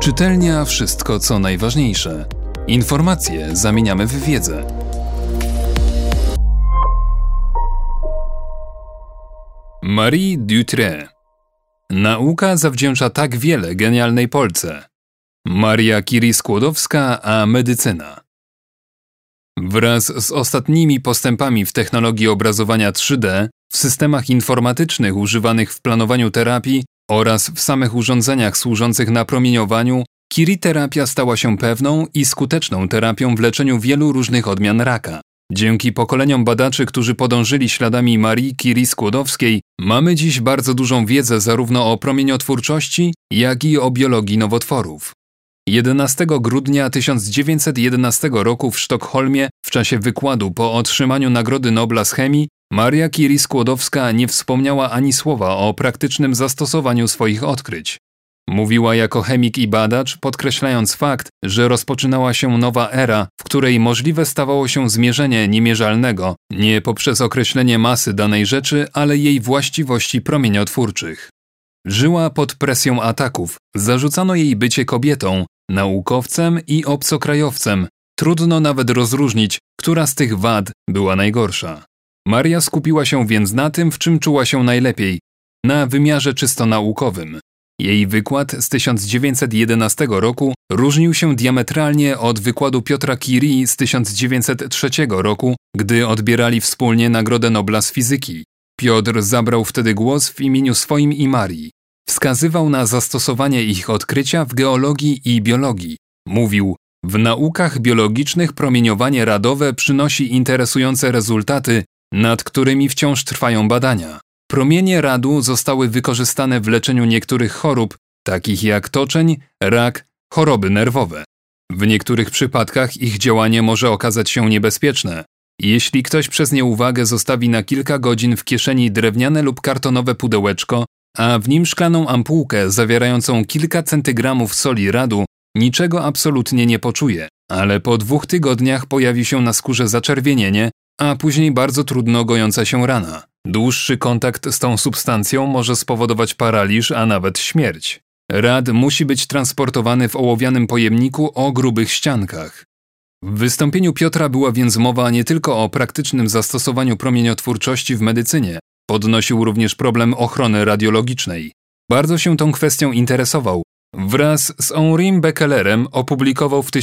Czytelnia wszystko co najważniejsze. Informacje zamieniamy w wiedzę. Marie Dutré. Nauka zawdzięcza tak wiele genialnej Polce. Maria Curie-Skłodowska a medycyna. Wraz z ostatnimi postępami w technologii obrazowania 3D, w systemach informatycznych używanych w planowaniu terapii oraz w samych urządzeniach służących napromieniowaniu, Curie-terapia stała się pewną i skuteczną terapią w leczeniu wielu różnych odmian raka. Dzięki pokoleniom badaczy, którzy podążyli śladami Marii Curie-Skłodowskiej, mamy dziś bardzo dużą wiedzę zarówno o promieniotwórczości, jak i o biologii nowotworów. 11 grudnia 1911 roku w Sztokholmie w czasie wykładu po otrzymaniu Nagrody Nobla z chemii Maria Curie-Skłodowska nie wspomniała ani słowa o praktycznym zastosowaniu swoich odkryć. Mówiła jako chemik i badacz, podkreślając fakt, że rozpoczynała się nowa era, w której możliwe stawało się zmierzenie niemierzalnego, nie poprzez określenie masy danej rzeczy, ale jej właściwości promieniotwórczych. Żyła pod presją ataków, zarzucano jej bycie kobietą, naukowcem i obcokrajowcem. Trudno nawet rozróżnić, która z tych wad była najgorsza. Maria skupiła się więc na tym, w czym czuła się najlepiej, na wymiarze czysto naukowym. Jej wykład z 1911 roku różnił się diametralnie od wykładu Piotra Curie z 1903 roku, gdy odbierali wspólnie Nagrodę Nobla z fizyki. Piotr zabrał wtedy głos w imieniu swoim i Marii. Wskazywał na zastosowanie ich odkrycia w geologii i biologii. Mówił: w naukach biologicznych promieniowanie radowe przynosi interesujące rezultaty, nad którymi wciąż trwają badania. Promienie radu zostały wykorzystane w leczeniu niektórych chorób, takich jak toczeń, rak, choroby nerwowe. W niektórych przypadkach ich działanie może okazać się niebezpieczne. Jeśli ktoś przez nieuwagę zostawi na kilka godzin w kieszeni drewniane lub kartonowe pudełeczko, a w nim szklaną ampułkę zawierającą kilka centygramów soli radu, niczego absolutnie nie poczuje, ale po 2 tygodniach pojawi się na skórze zaczerwienienie, a później bardzo trudno gojąca się rana. Dłuższy kontakt z tą substancją może spowodować paraliż, a nawet śmierć. Rad musi być transportowany w ołowianym pojemniku o grubych ściankach. W wystąpieniu Piotra była więc mowa nie tylko o praktycznym zastosowaniu promieniotwórczości w medycynie, podnosił również problem ochrony radiologicznej. Bardzo się tą kwestią interesował. Wraz z Henrim Becquerelem opublikował w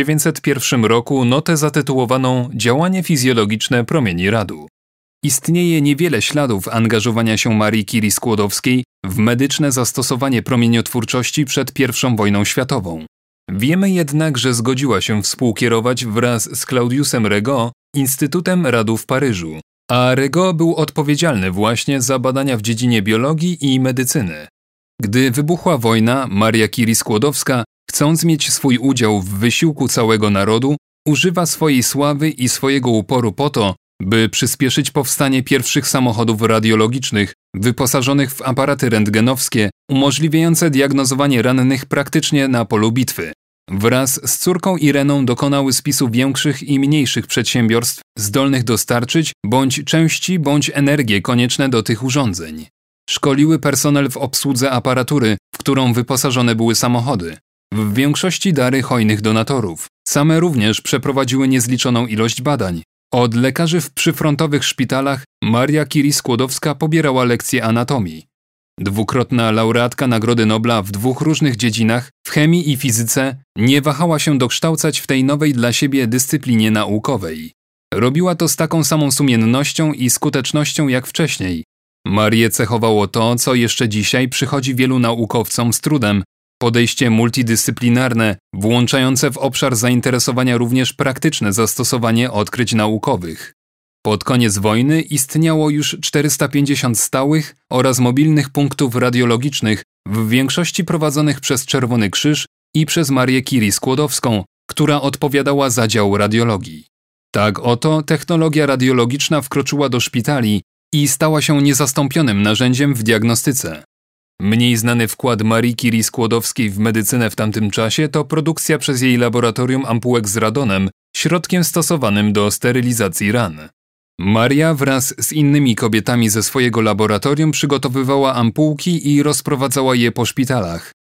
1901 roku notę zatytułowaną Działanie fizjologiczne promieni radu. Istnieje niewiele śladów angażowania się Marii Curie-Skłodowskiej w medyczne zastosowanie promieniotwórczości przed I wojną światową. Wiemy jednak, że zgodziła się współkierować wraz z Claudiusem Regaud Instytutem Radu w Paryżu, a Regaud był odpowiedzialny właśnie za badania w dziedzinie biologii i medycyny. Gdy wybuchła wojna, Maria Curie-Skłodowska, chcąc mieć swój udział w wysiłku całego narodu, używa swojej sławy i swojego uporu po to, by przyspieszyć powstanie pierwszych samochodów radiologicznych wyposażonych w aparaty rentgenowskie umożliwiające diagnozowanie rannych praktycznie na polu bitwy. Wraz z córką Ireną dokonały spisu większych i mniejszych przedsiębiorstw zdolnych dostarczyć bądź części, bądź energię konieczne do tych urządzeń. Szkoliły personel w obsłudze aparatury, w którą wyposażone były samochody. W większości dary hojnych donatorów. Same również przeprowadziły niezliczoną ilość badań. Od lekarzy w przyfrontowych szpitalach Maria Curie-Skłodowska pobierała lekcje anatomii. Dwukrotna laureatka Nagrody Nobla w 2 różnych dziedzinach, w chemii i fizyce, nie wahała się dokształcać w tej nowej dla siebie dyscyplinie naukowej. Robiła to z taką samą sumiennością i skutecznością jak wcześniej. Marię cechowało to, co jeszcze dzisiaj przychodzi wielu naukowcom z trudem, podejście multidyscyplinarne, włączające w obszar zainteresowania również praktyczne zastosowanie odkryć naukowych. Pod koniec wojny istniało już 450 stałych oraz mobilnych punktów radiologicznych, w większości prowadzonych przez Czerwony Krzyż i przez Marię Curie-Skłodowską, która odpowiadała za dział radiologii. Tak oto technologia radiologiczna wkroczyła do szpitali i stała się niezastąpionym narzędziem w diagnostyce. Mniej znany wkład Marii Curie-Skłodowskiej w medycynę w tamtym czasie to produkcja przez jej laboratorium ampułek z radonem, środkiem stosowanym do sterylizacji ran. Maria wraz z innymi kobietami ze swojego laboratorium przygotowywała ampułki i rozprowadzała je po szpitalach.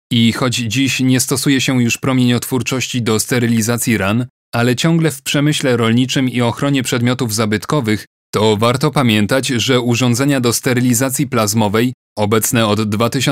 I choć dziś nie stosuje się już promieniotwórczości do sterylizacji ran, ale ciągle w przemyśle rolniczym i ochronie przedmiotów zabytkowych, to warto pamiętać, że urządzenia do sterylizacji plazmowej, obecne od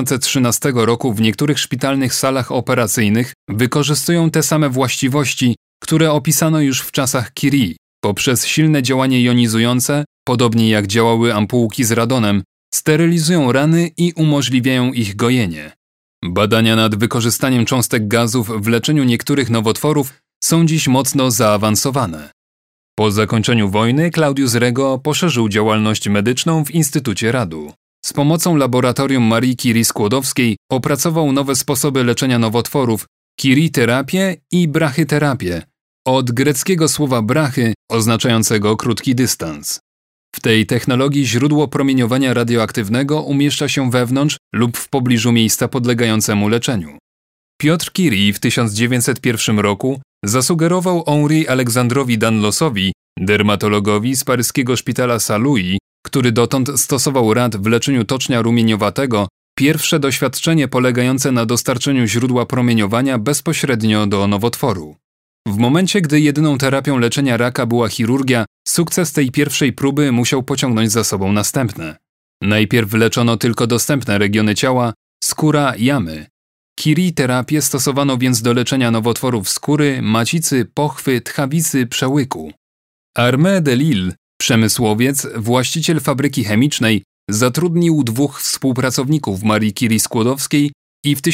2013 roku w niektórych szpitalnych salach operacyjnych, wykorzystują te same właściwości, które opisano już w czasach Curie, poprzez silne działanie jonizujące, podobnie jak działały ampułki z radonem, sterylizują rany i umożliwiają ich gojenie. Badania nad wykorzystaniem cząstek gazów w leczeniu niektórych nowotworów są dziś mocno zaawansowane. Po zakończeniu wojny Claudius Rego poszerzył działalność medyczną w Instytucie Radu. Z pomocą laboratorium Marii Curie Skłodowskiej opracował nowe sposoby leczenia nowotworów, Curie-terapię i brachyterapię, od greckiego słowa brachy oznaczającego krótki dystans. W tej technologii źródło promieniowania radioaktywnego umieszcza się wewnątrz lub w pobliżu miejsca podlegającemu leczeniu. Piotr Curie w 1901 roku zasugerował Henri Alexandrowi Danlosowi, dermatologowi z paryskiego szpitala Saint-Louis, który dotąd stosował rad w leczeniu tocznia rumieniowatego, pierwsze doświadczenie polegające na dostarczeniu źródła promieniowania bezpośrednio do nowotworu. W momencie, gdy jedyną terapią leczenia raka była chirurgia, sukces tej pierwszej próby musiał pociągnąć za sobą następne. Najpierw leczono tylko dostępne regiony ciała, skóra, jamy. Curie-terapię stosowano więc do leczenia nowotworów skóry, macicy, pochwy, tchawicy, przełyku. Armé de Lille, przemysłowiec, właściciel fabryki chemicznej, zatrudnił 2 współpracowników Marii Curie Skłodowskiej i w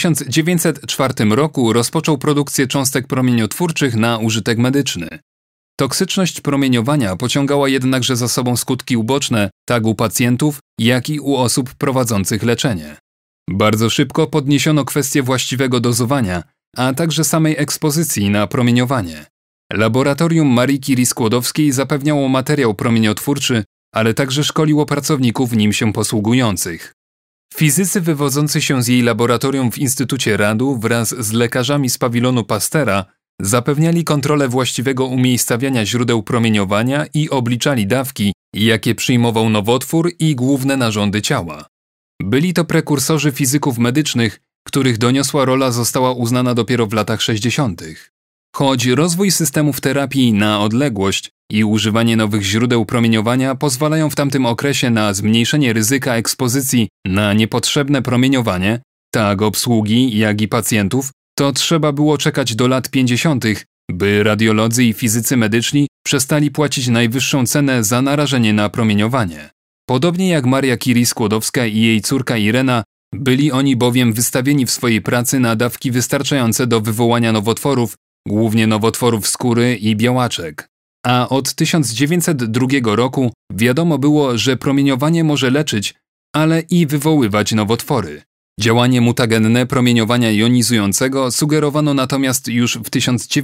1904 roku rozpoczął produkcję cząstek promieniotwórczych na użytek medyczny. Toksyczność promieniowania pociągała jednakże za sobą skutki uboczne tak u pacjentów, jak i u osób prowadzących leczenie. Bardzo szybko podniesiono kwestię właściwego dozowania, a także samej ekspozycji na promieniowanie. Laboratorium Marii Curie Skłodowskiej zapewniało materiał promieniotwórczy, ale także szkoliło pracowników nim się posługujących. Fizycy wywodzący się z jej laboratorium w Instytucie Radu wraz z lekarzami z pawilonu Pastera zapewniali kontrolę właściwego umiejscawiania źródeł promieniowania i obliczali dawki, jakie przyjmował nowotwór i główne narządy ciała. Byli to prekursorzy fizyków medycznych, których doniosła rola została uznana dopiero w latach 60. Choć rozwój systemów terapii na odległość i używanie nowych źródeł promieniowania pozwalają w tamtym okresie na zmniejszenie ryzyka ekspozycji na niepotrzebne promieniowanie, tak obsługi, jak i pacjentów, to trzeba było czekać do lat 50., by radiolodzy i fizycy medyczni przestali płacić najwyższą cenę za narażenie na promieniowanie. Podobnie jak Maria Curie Skłodowska i jej córka Irena, byli oni bowiem wystawieni w swojej pracy na dawki wystarczające do wywołania nowotworów, głównie nowotworów skóry i białaczek. A od 1902 roku wiadomo było, że promieniowanie może leczyć, ale i wywoływać nowotwory. Działanie mutagenne promieniowania jonizującego sugerowano natomiast już w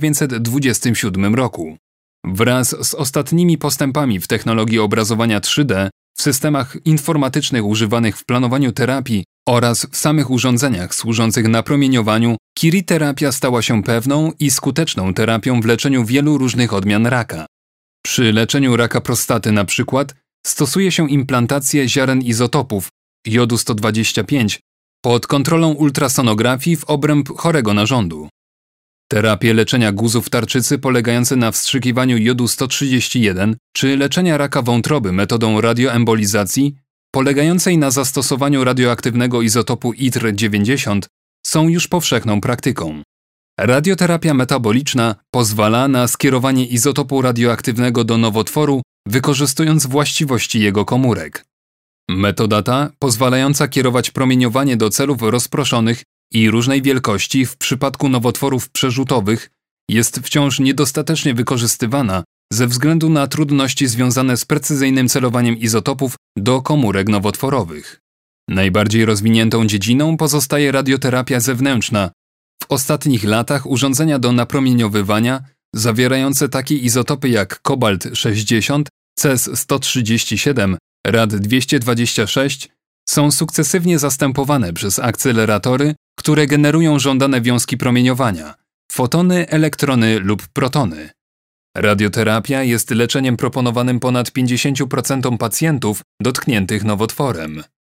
1927 roku. Wraz z ostatnimi postępami w technologii obrazowania 3D, w systemach informatycznych używanych w planowaniu terapii oraz w samych urządzeniach służących napromieniowaniu, Curie-terapia stała się pewną i skuteczną terapią w leczeniu wielu różnych odmian raka. Przy leczeniu raka prostaty na przykład stosuje się implantację ziaren izotopów jodu 125 pod kontrolą ultrasonografii w obręb chorego narządu. Terapie leczenia guzów tarczycy polegające na wstrzykiwaniu jodu 131 czy leczenia raka wątroby metodą radioembolizacji polegającej na zastosowaniu radioaktywnego izotopu ITR-90 są już powszechną praktyką. Radioterapia metaboliczna pozwala na skierowanie izotopu radioaktywnego do nowotworu, wykorzystując właściwości jego komórek. Metoda ta, pozwalająca kierować promieniowanie do celów rozproszonych i różnej wielkości w przypadku nowotworów przerzutowych, jest wciąż niedostatecznie wykorzystywana ze względu na trudności związane z precyzyjnym celowaniem izotopów do komórek nowotworowych. Najbardziej rozwiniętą dziedziną pozostaje radioterapia zewnętrzna. W ostatnich latach urządzenia do napromieniowywania, zawierające takie izotopy jak kobalt 60, Ces 137, Rad 226, są sukcesywnie zastępowane przez akceleratory, które generują żądane wiązki promieniowania, fotony, elektrony lub protony. Radioterapia jest leczeniem proponowanym ponad 50% pacjentów dotkniętych nowotworem.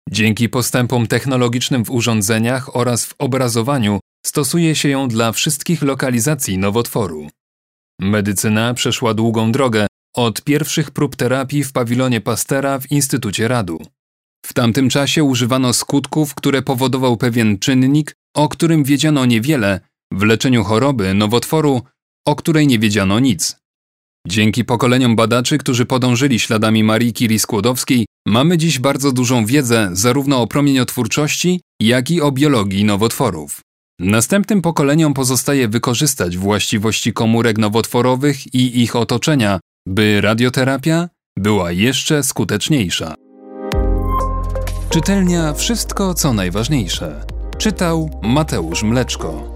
Dzięki postępom technologicznym w urządzeniach oraz w obrazowaniu stosuje się ją dla wszystkich lokalizacji nowotworu. Medycyna przeszła długą drogę od pierwszych prób terapii w pawilonie Pastera w Instytucie Radu. W tamtym czasie używano skutków, które powodował pewien czynnik, o którym wiedziano niewiele, w leczeniu choroby nowotworu, o której nie wiedziano nic. Dzięki pokoleniom badaczy, którzy podążyli śladami Marii Curie-Skłodowskiej, mamy dziś bardzo dużą wiedzę zarówno o promieniotwórczości, jak i o biologii nowotworów. Następnym pokoleniom pozostaje wykorzystać właściwości komórek nowotworowych i ich otoczenia, by radioterapia była jeszcze skuteczniejsza. Czytelnia Wszystko, co najważniejsze. Czytał Mateusz Mleczko.